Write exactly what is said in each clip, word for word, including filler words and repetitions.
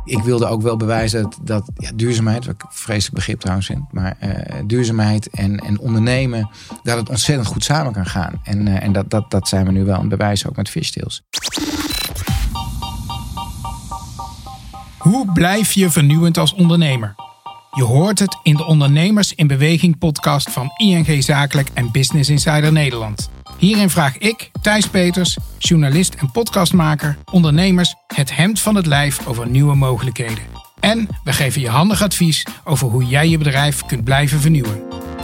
Ik wilde ook wel bewijzen dat, dat ja, duurzaamheid, wat ik een vreselijk begrip trouwens vind, maar uh, duurzaamheid en, en ondernemen, dat het ontzettend goed samen kan gaan. En, uh, en dat, dat, dat zijn we nu wel aan het bewijzen, ook met Fishtails. Hoe blijf je vernieuwend als ondernemer? Je hoort het in de Ondernemers in Beweging podcast van I N G Zakelijk en Business Insider Nederland. Hierin vraag ik, Thijs Peters, journalist en podcastmaker, ondernemers het hemd van het lijf over nieuwe mogelijkheden. En we geven je handig advies over hoe jij je bedrijf kunt blijven vernieuwen.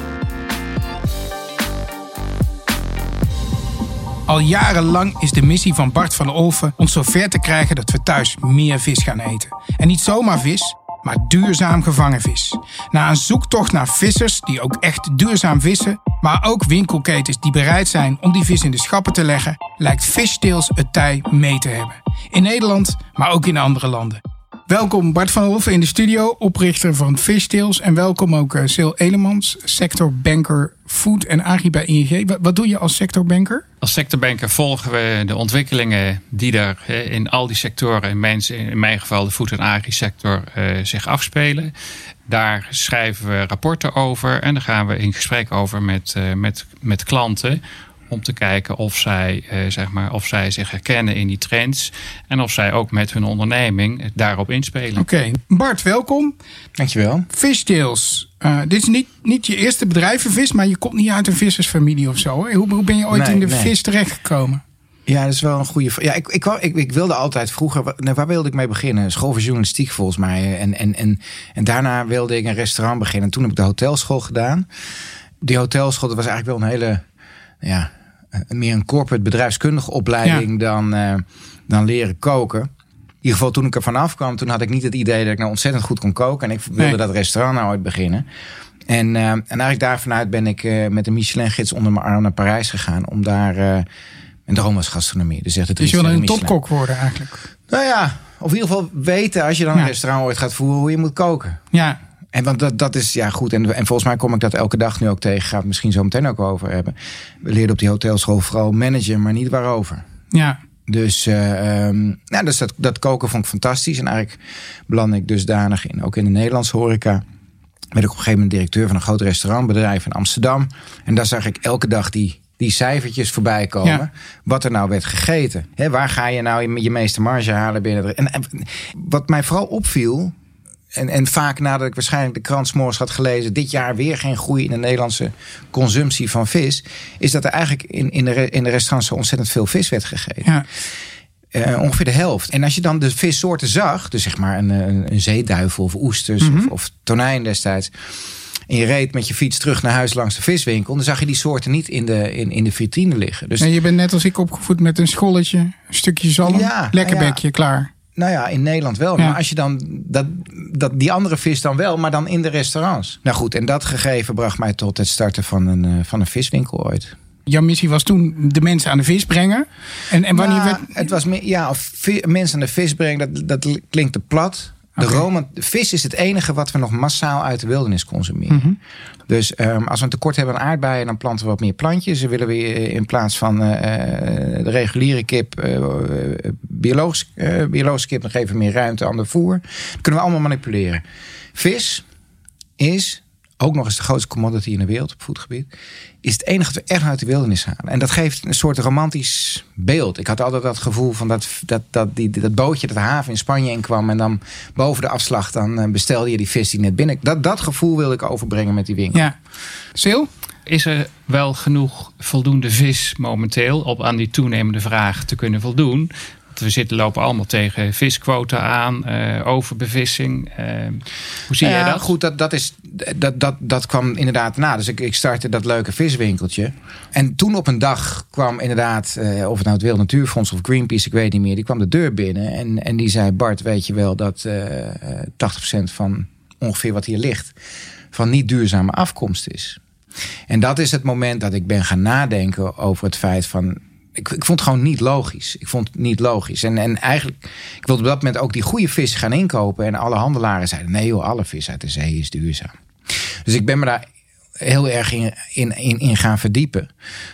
Al jarenlang is de missie van Bart van Olven ons zover te krijgen dat we thuis meer vis gaan eten. En niet zomaar vis, maar duurzaam gevangen vis. Na een zoektocht naar vissers die ook echt duurzaam vissen, maar ook winkelketens die bereid zijn om die vis in de schappen te leggen, lijkt Fishtails het tij mee te hebben. In Nederland, maar ook in andere landen. Welkom Bart van Olven in de studio, oprichter van Fishtails. En welkom ook uh, Sil Elemans, sectorbanker Food en Agri bij I N G. Wat, wat doe je als sectorbanker? Als sectorbanker volgen we de ontwikkelingen die er he, in al die sectoren, in mijn, in mijn geval de food- en agri-sector, uh, zich afspelen. Daar schrijven we rapporten over en daar gaan we in gesprek over met, uh, met, met klanten. Om te kijken of zij, eh, zeg maar, of zij zich herkennen in die trends. En of zij ook met hun onderneming daarop inspelen. Oké, okay. Bart, welkom. Dankjewel. Fishtails. Uh, dit is niet, niet je eerste bedrijvenvis, maar je komt niet uit een vissersfamilie of zo. Hè? Hoe, hoe ben je ooit nee, in de nee. vis terechtgekomen? Ja, dat is wel een goede vraag. Ja, ik, ik, ik, ik wilde altijd vroeger... Waar, waar wilde ik mee beginnen? School voor journalistiek volgens mij. En, en, en, en daarna wilde ik een restaurant beginnen. En toen heb ik de hotelschool gedaan. Die hotelschool, dat was eigenlijk wel een hele... Ja, meer een corporate bedrijfskundige opleiding ja. dan, uh, dan leren koken. In ieder geval toen ik er vanaf kwam, toen had ik niet het idee dat ik nou ontzettend goed kon koken. En ik wilde nee. dat restaurant nou ooit beginnen. En, uh, en eigenlijk daar vanuit ben ik uh, met een Michelin-gids onder mijn arm naar Parijs gegaan. Om daar, uh, mijn droom was gastronomie. Dus, echt het dus je wilde een topkok worden eigenlijk? Nou ja, of in ieder geval weten als je dan ja. een restaurant ooit gaat voeren hoe je moet koken. Ja. En want dat, dat is ja goed. En, en volgens mij kom ik dat elke dag nu ook tegen. Ga het misschien zo meteen ook over hebben. We leerden op die hotelschool vooral managen, maar niet waarover. Ja. Dus, uh, um, nou, dus dat, dat koken vond ik fantastisch. En eigenlijk belandde ik dusdanig in, ook in de Nederlandse horeca. Werd ik op een gegeven moment directeur van een groot restaurantbedrijf in Amsterdam. En daar zag ik elke dag die, die cijfertjes voorbij komen. Ja. Wat er nou werd gegeten. He, waar ga je nou je, je meeste marge halen binnen? En, en wat mij vooral opviel... En, en vaak nadat ik waarschijnlijk de krant 's morgens had gelezen... dit jaar weer geen groei in de Nederlandse consumptie van vis... is dat er eigenlijk in, in, de, in de restaurants zo ontzettend veel vis werd gegeten. Ja. Uh, ongeveer de helft. En als je dan de vissoorten zag... dus zeg maar een, een, een zeeduivel of oesters mm-hmm. of, of tonijn destijds... en je reed met je fiets terug naar huis langs de viswinkel... dan zag je die soorten niet in de, in, in de vitrine liggen. Dus... En je bent net als ik opgevoed met een scholletje... een stukje zalm, ja, lekker ja. bekje, klaar. Nou ja, in Nederland wel. Ja. Maar als je dan dat, dat, die andere vis dan wel, maar dan in de restaurants. Nou goed, en dat gegeven bracht mij tot het starten van een, van een viswinkel ooit. Jouw missie was toen de mensen aan de vis brengen. En, en wanneer nou, werd... Het was meer, ja, of vi, mensen aan de vis brengen, dat, dat klinkt te plat. De, okay. Roma, de vis is het enige wat we nog massaal uit de wildernis consumeren. Mm-hmm. Dus um, als we een tekort hebben aan aardbeien, dan planten we wat meer plantjes. Dan willen we in plaats van uh, de reguliere kip, uh, biologisch, uh, biologische kip, nog even meer ruimte aan de voer. Dat kunnen we allemaal manipuleren. Vis is ook nog eens de grootste commodity in de wereld op voedselgebied, is het enige dat we echt uit de wildernis halen. En dat geeft een soort romantisch beeld. Ik had altijd dat gevoel van dat, dat, dat, die, dat bootje dat de haven in Spanje inkwam en dan boven de afslag dan bestelde je die vis die net binnen. Dat, dat gevoel wilde ik overbrengen met die winkel. Ja. Sil? Is er wel genoeg voldoende vis momenteel op aan die toenemende vraag te kunnen voldoen? We zitten lopen allemaal tegen visquota aan, uh, overbevissing. Uh, hoe zie ja, jij dat? Goed, dat, dat, is, dat, dat, dat kwam inderdaad na. Dus ik, ik startte dat leuke viswinkeltje. En toen op een dag kwam inderdaad, uh, of het nou het Wereld Natuurfonds of Greenpeace, ik weet niet meer, die kwam de deur binnen. En, en die zei, Bart, weet je wel dat uh, tachtig procent van ongeveer wat hier ligt, van niet duurzame afkomst is. En dat is het moment dat ik ben gaan nadenken over het feit van... Ik, ik vond het gewoon niet logisch. Ik vond het niet logisch. En, en eigenlijk, ik wilde op dat moment ook die goede vis gaan inkopen. En alle handelaren zeiden, nee joh, alle vis uit de zee is duurzaam. Dus ik ben me daar heel erg in, in, in, in gaan verdiepen.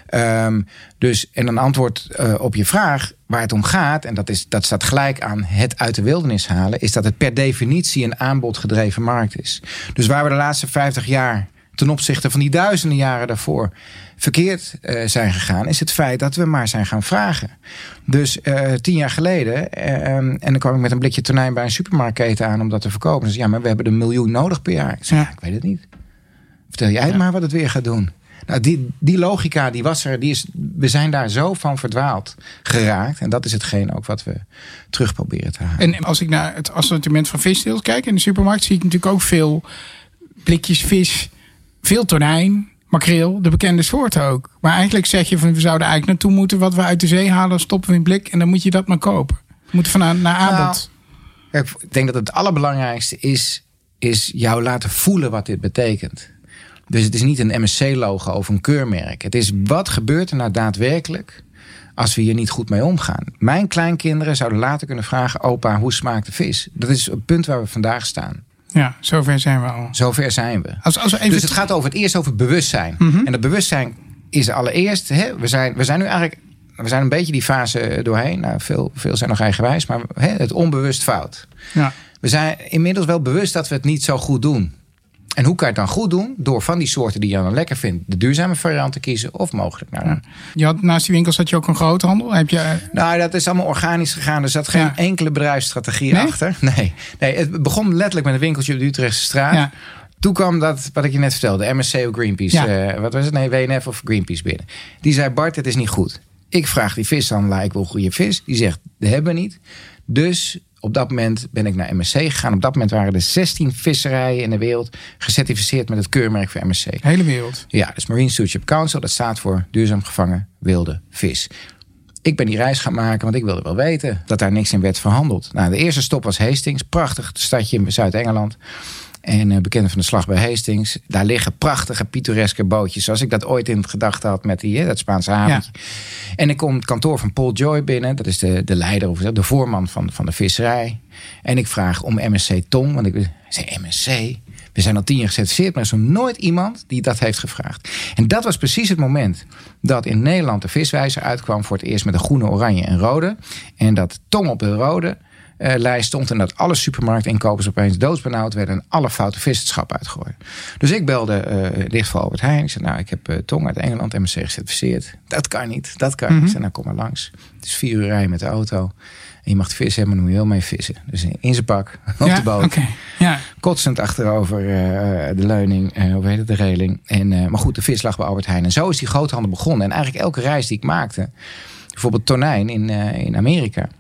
Um, dus, en een antwoord uh, op je vraag waar het om gaat, en dat, is, dat staat gelijk aan het uit de wildernis halen, is dat het per definitie een aanbodgedreven markt is. Dus waar we de laatste vijftig jaar ten opzichte van die duizenden jaren daarvoor verkeerd uh, zijn gegaan, is het feit dat we maar zijn gaan vragen. Dus uh, tien jaar geleden, uh, en dan kwam ik met een blikje tonijn bij een supermarktketen aan om dat te verkopen. Dus ja, maar we hebben een miljoen nodig per jaar. Ik zei, ja, ik weet het niet. Vertel jij ja. maar wat het weer gaat doen. Nou, die, die logica, die was er, die is, we zijn daar zo van verdwaald geraakt. En dat is hetgeen ook wat we terug proberen te halen. En als ik naar het assortiment van vissteelt kijk in de supermarkt, zie ik natuurlijk ook veel blikjes vis, veel tonijn, makreel, de bekende soorten ook. Maar eigenlijk zeg je van we zouden eigenlijk naartoe moeten wat we uit de zee halen, stoppen we in blik en dan moet je dat maar kopen. We moeten van naar aanbod. Nou, ik denk dat het allerbelangrijkste is, is jou laten voelen wat dit betekent. Dus het is niet een M S C-logo of een keurmerk. Het is wat gebeurt er nou daadwerkelijk als we hier niet goed mee omgaan. Mijn kleinkinderen zouden later kunnen vragen, opa, hoe smaakt de vis? Dat is het punt waar we vandaag staan. Ja, zover zijn we al. Zover zijn we. Als, als we even dus het gaat over het eerst over het bewustzijn. Mm-hmm. En dat bewustzijn is allereerst, hè, we, zijn, we zijn nu eigenlijk, we zijn een beetje die fase doorheen. Nou, veel, veel zijn nog eigenwijs, maar hè, het onbewust fout. Ja. We zijn inmiddels wel bewust dat we het niet zo goed doen. En hoe kan je het dan goed doen? Door van die soorten die je dan lekker vindt, de duurzame variant te kiezen of mogelijk. Nou, ja. Je had, naast die winkels had je ook een groothandel. Heb je... Nou, dat is allemaal organisch gegaan. Er zat geen ja. enkele bedrijfsstrategie nee? achter. Nee. nee, het begon letterlijk met een winkeltje op de Utrechtse straat. Ja. Toen kwam dat, wat ik je net vertelde, M S C of Greenpeace. Ja. Uh, wat was het? Nee, W N F of Greenpeace binnen. Die zei, Bart, het is niet goed. Ik vraag die vishandelaar, ik wil goede vis. Die zegt, dat hebben we niet. Dus op dat moment ben ik naar M S C gegaan. Op dat moment waren er zestien visserijen in de wereld gecertificeerd met het keurmerk voor M S C. De hele wereld? Ja, dus Marine Stewardship Council. Dat staat voor duurzaam gevangen wilde vis. Ik ben die reis gaan maken, want ik wilde wel weten dat daar niks in werd verhandeld. Nou, de eerste stop was Hastings. Prachtig stadje in Zuid-Engeland. En uh, bekende van de slag bij Hastings. Daar liggen prachtige, pittoreske bootjes. Zoals ik dat ooit in gedachten had met die, hè, dat Spaanse haventje. Ja. En ik kom het kantoor van Paul Joy binnen. Dat is de, de leider, of de voorman van, van de visserij. En ik vraag om M S C tong. Want ik zei, M S C? We zijn al tien jaar gecertificeerd, maar er is nog nooit iemand die dat heeft gevraagd. En dat was precies het moment dat in Nederland de viswijzer uitkwam voor het eerst met een groene, oranje en rode. En dat tong op de rode Uh, lijst stond en dat alle supermarktinkopers opeens doodsbenauwd werden en alle foute vissenschap uitgooien. Dus ik belde uh, dicht voor Albert Heijn. Ik zei, nou, ik heb uh, tong uit Engeland, M S C gecertificeerd. Dat kan niet, dat kan niet. Mm-hmm. Ik zei, nou, kom maar langs. Het is vier uur rijden met de auto. En je mag vissen hebben, maar dan moet je wel mee vissen. Dus in zijn pak, op ja, de boot. Okay. Ja. Kotsend achterover uh, de leuning, uh, hoe heet het, de reling. En, uh, maar goed, de vis lag bij Albert Heijn. En zo is die groothandel begonnen. En eigenlijk elke reis die ik maakte, bijvoorbeeld tonijn in, uh, in Amerika.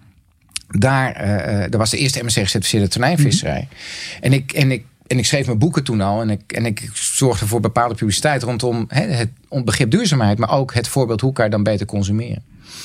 Daar, uh, dat was de eerste M S C gecertificeerde tonijnvisserij. Mm-hmm. En ik, en ik En ik schreef mijn boeken toen al. En ik, en ik zorgde voor bepaalde publiciteit rondom he, het begrip duurzaamheid. Maar ook het voorbeeld hoe kan je dan beter consumeren.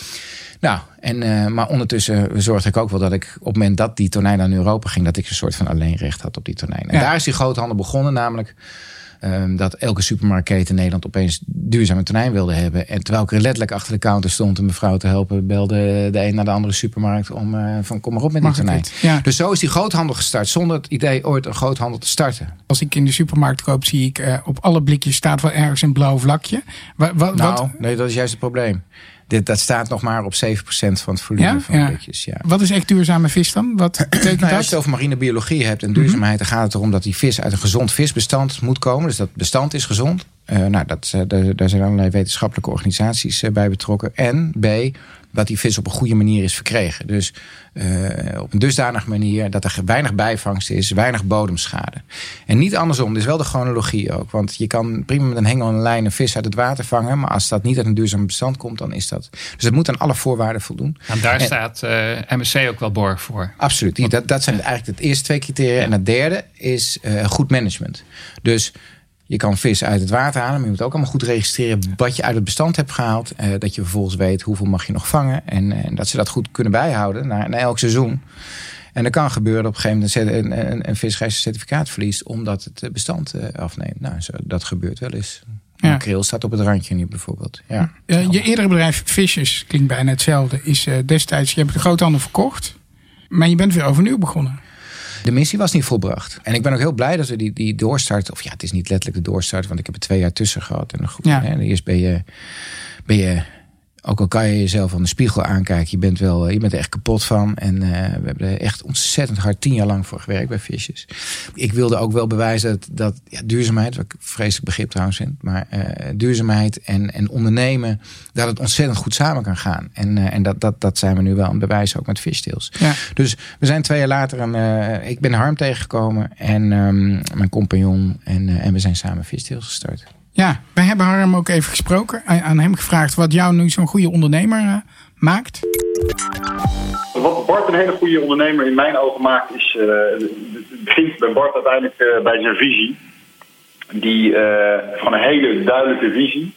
Nou, en, uh, maar ondertussen zorgde ik ook wel dat ik op het moment dat die tonijn naar Europa ging, dat ik een soort van alleenrecht had op die tonijn. En ja. daar is die groothandel begonnen, namelijk um, dat elke supermarktketen in Nederland opeens duurzame tonijn wilde hebben. En terwijl ik er letterlijk achter de counter stond een mevrouw te helpen, belde de een naar de andere supermarkt om uh, van kom maar op met die tonijn. Ja. Dus zo is die groothandel gestart, zonder het idee ooit een groothandel te starten. Als ik in de supermarkt koop, zie ik uh, op alle blikjes staat wel ergens een blauw vlakje. Wat, wat, nou, wat? nee, dat is juist het probleem. Dit, dat staat nog maar op zeven procent van het volume ja? van ja. blikjes. Ja. Wat is echt duurzame vis dan? Wat betekent nou, dat? Als je het over marine biologie hebt en duurzaamheid, mm-hmm. dan gaat het erom dat die vis uit een gezond visbestand moet komen. Dus dat bestand is gezond. Uh, nou, dat, uh, daar, daar zijn allerlei wetenschappelijke organisaties uh, bij betrokken. En B, dat die vis op een goede manier is verkregen. Dus uh, op een dusdanige manier dat er weinig bijvangst is, weinig bodemschade. En niet andersom, dit is wel de chronologie ook. Want je kan prima met een hengel en een lijn een vis uit het water vangen, maar als dat niet uit een duurzaam bestand komt, dan is dat. Dus het moet aan alle voorwaarden voldoen. En daar en, staat uh, M S C ook wel borg voor. Absoluut. Die, dat, dat zijn eigenlijk de eerste twee criteria. En het derde is uh, goed management. Dus je kan vis uit het water halen, maar je moet ook allemaal goed registreren wat je uit het bestand hebt gehaald. Uh, dat je vervolgens weet hoeveel mag je nog vangen. En, uh, en dat ze dat goed kunnen bijhouden na, na elk seizoen. En dat kan gebeuren op een gegeven moment een, een, een visserij zijn certificaat verliest omdat het bestand uh, afneemt. Nou, zo, dat gebeurt wel eens. Ja. Een kreel staat op het randje nu bijvoorbeeld. Ja. Uh, je eerdere bedrijf Fishers klinkt bijna hetzelfde. Is uh, destijds, je hebt de groothandel verkocht, maar je bent weer overnieuw begonnen. De missie was niet volbracht. En ik ben ook heel blij dat we die, die doorstart... of ja, het is niet letterlijk de doorstart... want ik heb er twee jaar tussen gehad. En goed, ja. hè, eerst ben je... Ben je Ook al kan je jezelf aan de spiegel aankijken, je bent, wel, je bent er echt kapot van. En uh, we hebben er echt ontzettend hard tien jaar lang voor gewerkt bij Fishers. Ik wilde ook wel bewijzen dat, dat ja, duurzaamheid, wat ik vreselijk begrip trouwens vind, maar uh, duurzaamheid en, en ondernemen, dat het ontzettend goed samen kan gaan. En, uh, en dat, dat, dat zijn we nu wel aan het bewijzen, ook met Fishtails. Ja. Dus we zijn twee jaar later, een, uh, ik ben Harm tegengekomen en um, mijn compagnon. En, uh, en we zijn samen Fishtails gestart. Ja, we hebben Harm ook even gesproken. Aan hem gevraagd wat jou nu zo'n goede ondernemer uh, maakt. Wat Bart een hele goede ondernemer in mijn ogen maakt, is... Uh, het begint bij Bart uiteindelijk uh, bij zijn visie. Die uh, van een hele duidelijke visie.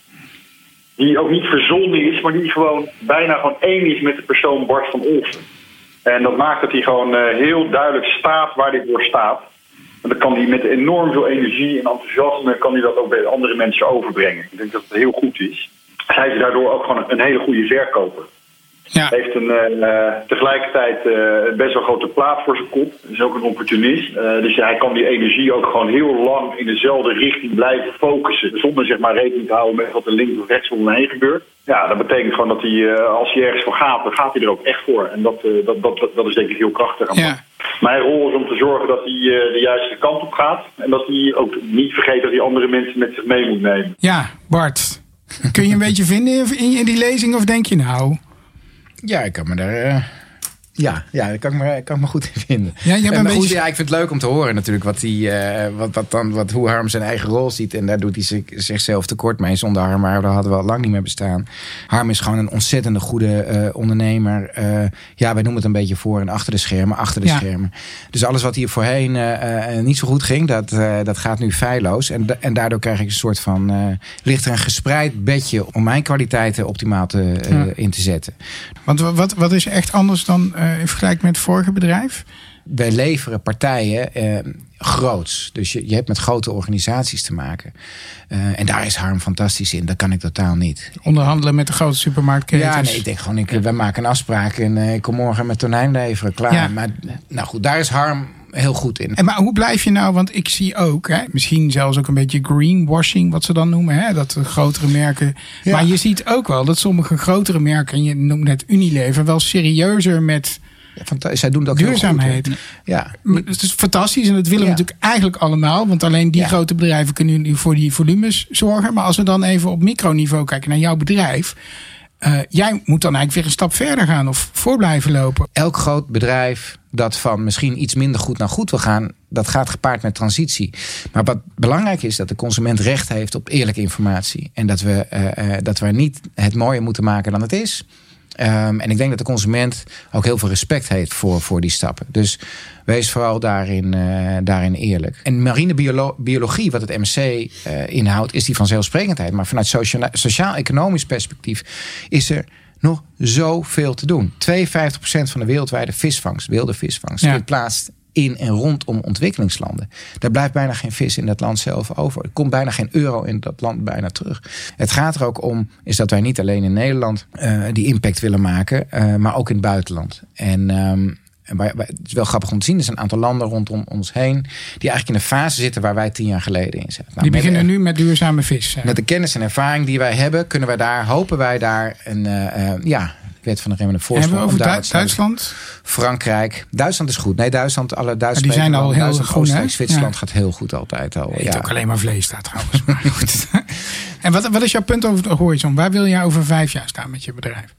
Die ook niet verzonnen is, maar die gewoon bijna gewoon één is met de persoon Bart van Olven. En dat maakt dat hij gewoon uh, heel duidelijk staat waar hij voor staat. En dan kan hij met enorm veel energie en enthousiasme kan hij dat ook bij andere mensen overbrengen. Ik denk dat het heel goed is. Hij is daardoor ook gewoon een hele goede verkoper. Ja. Hij heeft een, uh, tegelijkertijd uh, best wel grote plaat voor zijn kop. Is ook een opportunist. Uh, dus hij kan die energie ook gewoon heel lang in dezelfde richting blijven focussen. Zonder zeg maar rekening te houden met wat er links of rechts om hem heen gebeurt. Ja, dat betekent gewoon dat hij, uh, als hij ergens voor gaat, dan gaat hij er ook echt voor. En dat, uh, dat, dat, dat is denk ik heel krachtig aan hem. Ja. Mijn rol is om te zorgen dat hij uh, de juiste kant op gaat. En dat hij ook niet vergeet dat hij andere mensen met zich mee moet nemen. Ja, Bart. Kun je een beetje vinden in die lezing of denk je nou... Ja, ik kan me daar... Uh, ja, ja, daar kan ik me, kan ik me goed in vinden. Ja, jij bent en, een beetje... goed, ja, ik vind het leuk om te horen natuurlijk wat die, uh, wat, wat dan, wat, hoe Harm zijn eigen rol ziet. En daar doet hij zich, zichzelf tekort mee. Zonder Harm, maar daar hadden we al lang niet meer bestaan. Harm is gewoon een ontzettende goede uh, ondernemer. Uh, ja, wij noemen het een beetje voor en achter de schermen. Achter de ja. schermen. Dus alles wat hier voorheen uh, uh, niet zo goed ging, dat, uh, dat gaat nu feilloos. En, en daardoor krijg ik een soort van... Uh, ligt er een gespreid bedje om mijn kwaliteiten optimaal te, uh, ja. in te zetten. Want wat, wat is echt anders dan... Uh, in vergelijking met het vorige bedrijf? Wij leveren partijen eh, groots. Dus je, je hebt met grote organisaties te maken. Uh, en daar is Harm fantastisch in. Dat kan ik totaal niet. Onderhandelen met de grote supermarktketens? Ja, nee, ik denk gewoon, ik, wij maken een afspraak en uh, ik kom morgen met tonijn leveren. Klaar. Ja. Maar nou goed, daar is Harm heel goed in. En maar hoe blijf je nou, want ik zie ook, hè, misschien zelfs ook een beetje greenwashing, wat ze dan noemen, hè, dat de grotere merken. Ja. Maar je ziet ook wel dat sommige grotere merken, en je noemt net Unilever, wel serieuzer met... Ja, zij doen dat duurzaamheid. Heel goed, ja. Het is fantastisch en dat willen ja. we natuurlijk eigenlijk allemaal. Want alleen die ja. grote bedrijven kunnen nu voor die volumes zorgen. Maar als we dan even op microniveau kijken naar jouw bedrijf. Uh, jij moet dan eigenlijk weer een stap verder gaan of voor blijven lopen. Elk groot bedrijf dat van misschien iets minder goed naar goed wil gaan, dat gaat gepaard met transitie. Maar wat belangrijk is, dat de consument recht heeft op eerlijke informatie. En dat we, uh, uh, dat we niet het mooier moeten maken dan het is. Um, en ik denk dat de consument ook heel veel respect heeft voor, voor die stappen. Dus wees vooral daarin, uh, daarin eerlijk. En marine biolo- biologie, wat het M C uh, inhoudt, is die vanzelfsprekendheid. Maar vanuit socia- sociaal-economisch perspectief is er nog zoveel te doen. tweeënvijftig procent van de wereldwijde visvangst, wilde visvangst, ja. vindt plaats in en rondom ontwikkelingslanden. Daar blijft bijna geen vis in dat land zelf over. Er komt bijna geen euro in dat land bijna terug. Het gaat er ook om, is dat wij niet alleen in Nederland uh, die impact willen maken, uh, maar ook in het buitenland. En um, waar, waar, het is wel grappig om te zien, er zijn een aantal landen rondom ons heen die eigenlijk in een fase zitten waar wij tien jaar geleden in zaten. Nou, die beginnen de, nu met duurzame vis. Hè? Met de kennis en ervaring die wij hebben, kunnen wij daar, hopen wij daar een, uh, uh, ja, weet van de remmende voorsprong. Hebben we over du- Duitsland? Frankrijk. Duitsland is goed. Nee, Duitsland, alle Duitsers. Die zijn al heel goed. Zwitserland ja. gaat heel goed altijd al. Eet ja. ook alleen maar vlees daar trouwens. Maar goed. En wat, wat is jouw punt over de horizon? Waar wil jij over vijf jaar staan met je bedrijf?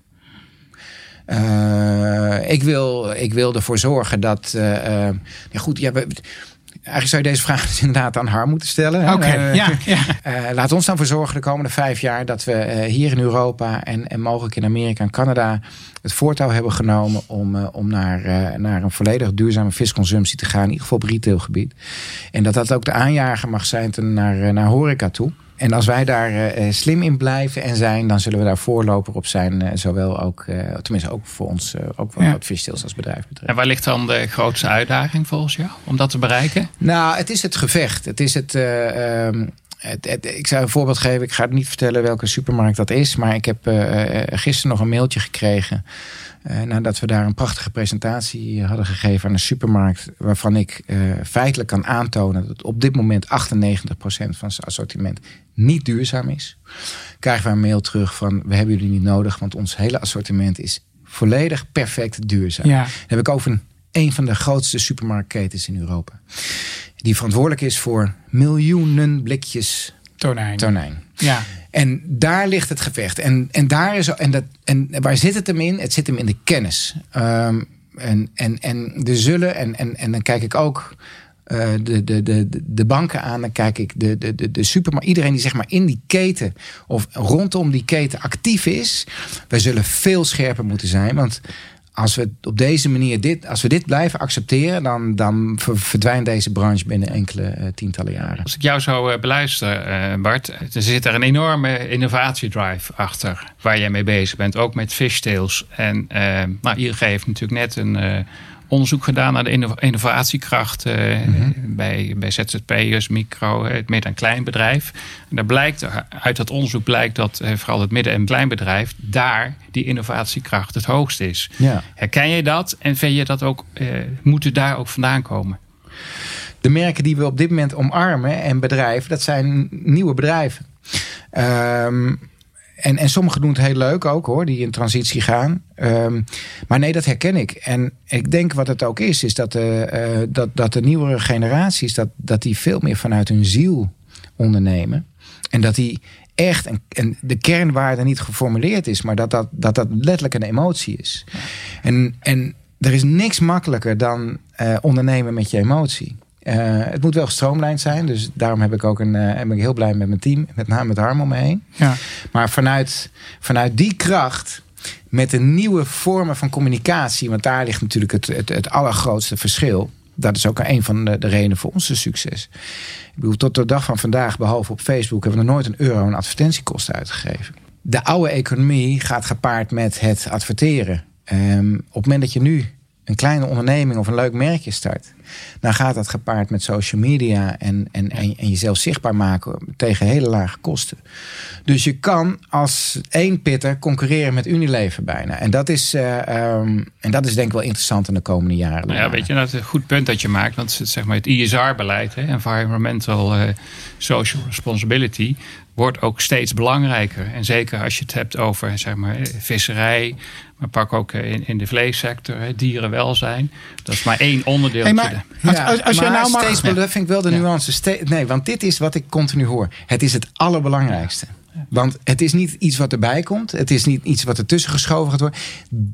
Uh, ik, wil, ik wil ervoor zorgen dat... Uh, uh, ja goed, ja, we, eigenlijk zou je deze vraag dus inderdaad aan Harm moeten stellen. Oké, okay, uh, ja. ja. Uh, laat ons dan voor zorgen de komende vijf jaar dat we uh, hier in Europa en, en mogelijk in Amerika en Canada het voortouw hebben genomen om, uh, om naar, uh, naar een volledig duurzame visconsumptie te gaan. In ieder geval op retailgebied. En dat dat ook de aanjager mag zijn ten, naar, naar horeca toe. En als wij daar uh, slim in blijven en zijn, dan zullen we daar voorloper op zijn. Uh, zowel ook, uh, tenminste ook voor ons, uh, ook voor ja. wat Fishtails als bedrijf betreft. En waar ligt dan de grootste uitdaging volgens jou om dat te bereiken? Nou, het is het gevecht. Het is het... Uh, um, Het, het, ik zou een voorbeeld geven. Ik ga het niet vertellen welke supermarkt dat is. Maar ik heb uh, gisteren nog een mailtje gekregen. Uh, nadat we daar een prachtige presentatie hadden gegeven aan een supermarkt. Waarvan ik uh, feitelijk kan aantonen dat op dit moment achtennegentig procent van zijn assortiment niet duurzaam is. Krijgen we een mail terug van we hebben jullie niet nodig. Want ons hele assortiment is volledig perfect duurzaam. Ja. Dan heb ik over een, een van de grootste supermarktketens in Europa. Die verantwoordelijk is voor miljoenen blikjes tonijn. tonijn. Ja. En daar ligt het gevecht. En, en, daar is, en, dat, en waar zit het hem in? Het zit hem in de kennis. Um, en, en, en er zullen, en, en, en dan kijk ik ook uh, de, de, de, de banken aan. Dan kijk ik de, de, de, de supermarkt. Iedereen die zeg maar in die keten of rondom die keten actief is. Wij zullen veel scherper moeten zijn. Want als we op deze manier dit, als we dit blijven accepteren, dan, dan verdwijnt deze branche binnen enkele uh, tientallen jaren. Als ik jou zou uh, beluisteren, uh, Bart, er zit er een enorme innovatiedrive achter waar jij mee bezig bent, ook met fishtails. En uh, nou, I N G heeft natuurlijk net een uh, onderzoek gedaan naar de innovatiekracht uh, mm-hmm. bij, bij Z Z P'ers, micro, het midden- en kleinbedrijf. En daar blijkt, uit dat onderzoek blijkt dat uh, vooral het midden- en kleinbedrijf daar die innovatiekracht het hoogst is. Ja. Herken je dat en vind je dat ook, uh, moeten daar ook vandaan komen? De merken die we op dit moment omarmen en bedrijven, dat zijn nieuwe bedrijven. Um, En, en sommigen doen het heel leuk ook hoor, die in transitie gaan. Um, maar nee, dat herken ik. En ik denk wat het ook is, is dat de, uh, dat, dat de nieuwere generaties, dat, dat die veel meer vanuit hun ziel ondernemen. En dat die echt, en, en de kernwaarde niet geformuleerd is, maar dat dat, dat, dat letterlijk een emotie is. En, en er is niks makkelijker dan uh, ondernemen met je emotie. Uh, het moet wel gestroomlijnd zijn. Dus daarom heb ik ook een, uh, ben ik heel blij met mijn team. Met name met Harm om me heen. Ja. Maar vanuit, vanuit die kracht, met de nieuwe vormen van communicatie. Want daar ligt natuurlijk het, het, het allergrootste verschil. Dat is ook een van de, de redenen voor onze succes. Ik bedoel, tot de dag van vandaag, behalve op Facebook, hebben we nog nooit een euro aan advertentiekosten uitgegeven. De oude economie gaat gepaard met het adverteren. Um, op het moment dat je nu een kleine onderneming of een leuk merkje start, dan gaat dat gepaard met social media en, en, en, en jezelf zichtbaar maken tegen hele lage kosten. Dus je kan als één pitter concurreren met Unilever bijna. En dat is, uh, um, en dat is denk ik wel interessant in de komende jaren. Nou ja, weet je, dat is een goed punt dat je maakt. Want zeg maar, het I S R-beleid, hè, Environmental uh, Social Responsibility, wordt ook steeds belangrijker. En zeker als je het hebt over zeg maar, visserij, maar pak ook in, in de vleessector, dierenwelzijn. Dat is maar één onderdeel. Hey, maar, als, als, als maar je nou mag, steeds, ja. dat vind ik wel de nuance. Ste- nee, want dit is wat ik continu hoor. Het is het allerbelangrijkste. Want het is niet iets wat erbij komt. Het is niet iets wat ertussen geschoven gaat worden.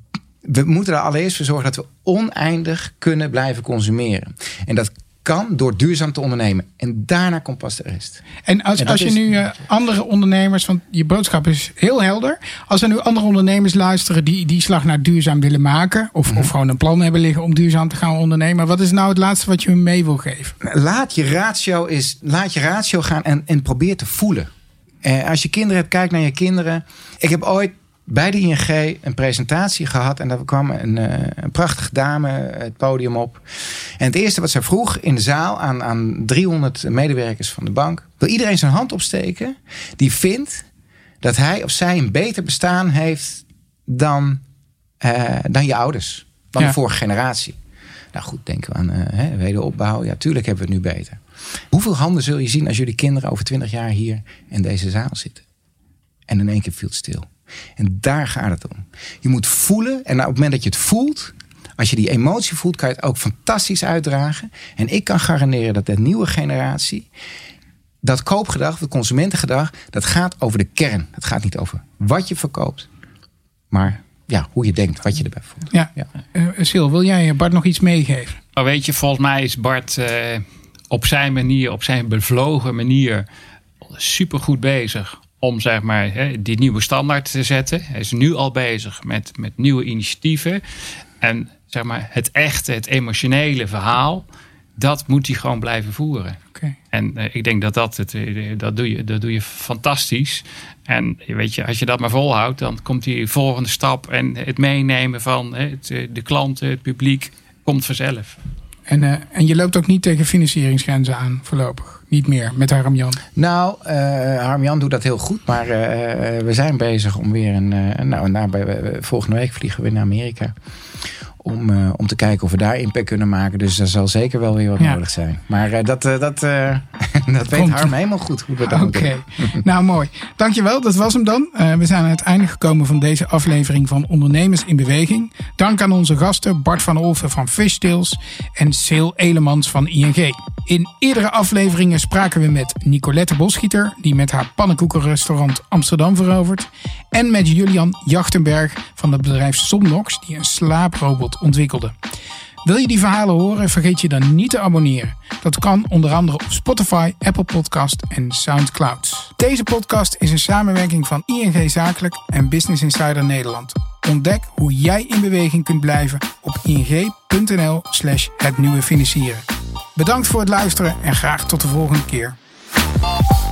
We moeten er allereerst voor zorgen dat we oneindig kunnen blijven consumeren. En dat kan door duurzaam te ondernemen. En daarna komt pas de rest. En als, en als je is, nu uh, andere ondernemers, want je boodschap is heel helder. Als er nu andere ondernemers luisteren die die slag naar duurzaam willen maken. Of, mm-hmm. of gewoon een plan hebben liggen om duurzaam te gaan ondernemen. Wat is nou het laatste wat je hun mee wil geven? Laat je ratio, is, laat je ratio gaan en, en probeer te voelen. Uh, als je kinderen hebt, kijk naar je kinderen. Ik heb ooit bij de I N G een presentatie gehad. En daar kwam een, een prachtige dame het podium op. En het eerste wat zij vroeg in de zaal aan, aan driehonderd medewerkers van de bank. Wil iedereen zijn hand opsteken die vindt dat hij of zij een beter bestaan heeft dan, uh, dan je ouders. Dan ja. de vorige generatie. Nou goed, denken we aan uh, hè, wederopbouw. Ja, tuurlijk hebben we het nu beter. Hoeveel handen zul je zien als jullie kinderen over twintig jaar hier in deze zaal zitten? En in één keer viel het stil. En daar gaat het om. Je moet voelen. En op het moment dat je het voelt, als je die emotie voelt, kan je het ook fantastisch uitdragen. En ik kan garanderen dat de nieuwe generatie, dat koopgedrag, het consumentengedrag, dat gaat over de kern. Het gaat niet over wat je verkoopt, maar ja, hoe je denkt, wat je erbij voelt. Ja. Ja. Uh, Sil, wil jij Bart nog iets meegeven? Nou, weet je, volgens mij is Bart uh, op zijn manier, op zijn bevlogen manier supergoed bezig om zeg maar die nieuwe standaard te zetten. Hij is nu al bezig met, met nieuwe initiatieven. En zeg maar het echte, het emotionele verhaal, dat moet hij gewoon blijven voeren. Okay. En uh, ik denk dat dat, het, dat, doe je, dat doe je fantastisch. En weet je, als je dat maar volhoudt, dan komt die volgende stap. En het meenemen van het, de klanten, het publiek, komt vanzelf. En, uh, en je loopt ook niet tegen financieringsgrenzen aan voorlopig? Niet meer met Harm-Jan? Nou, uh, Harm-Jan doet dat heel goed. Maar uh, we zijn bezig om weer een... Uh, nou, nou, bij, volgende week vliegen we naar Amerika. Om, uh, om te kijken of we daar impact kunnen maken. Dus er zal zeker wel weer wat ja. nodig zijn. Maar uh, dat, uh, dat, uh, dat weet Harm helemaal goed hoe we dat Oké, okay. Nou mooi. Dankjewel, dat was hem dan. Uh, we zijn aan het einde gekomen van deze aflevering van Ondernemers in Beweging. Dank aan onze gasten Bart van Olven van Fishtails en Sil Elemans van I N G. In eerdere afleveringen spraken we met Nicolette Bosschieter, die met haar pannenkoekenrestaurant Amsterdam verovert. En met Julian Jachtenberg van het bedrijf Somnox, die een slaaprobot ontwikkelde. Wil je die verhalen horen, vergeet je dan niet te abonneren. Dat kan onder andere op Spotify, Apple Podcast en Soundcloud. Deze podcast is een samenwerking van I N G Zakelijk en Business Insider Nederland. Ontdek hoe jij in beweging kunt blijven op ing.nl slash het nieuwe financieren. Bedankt voor het luisteren en graag tot de volgende keer.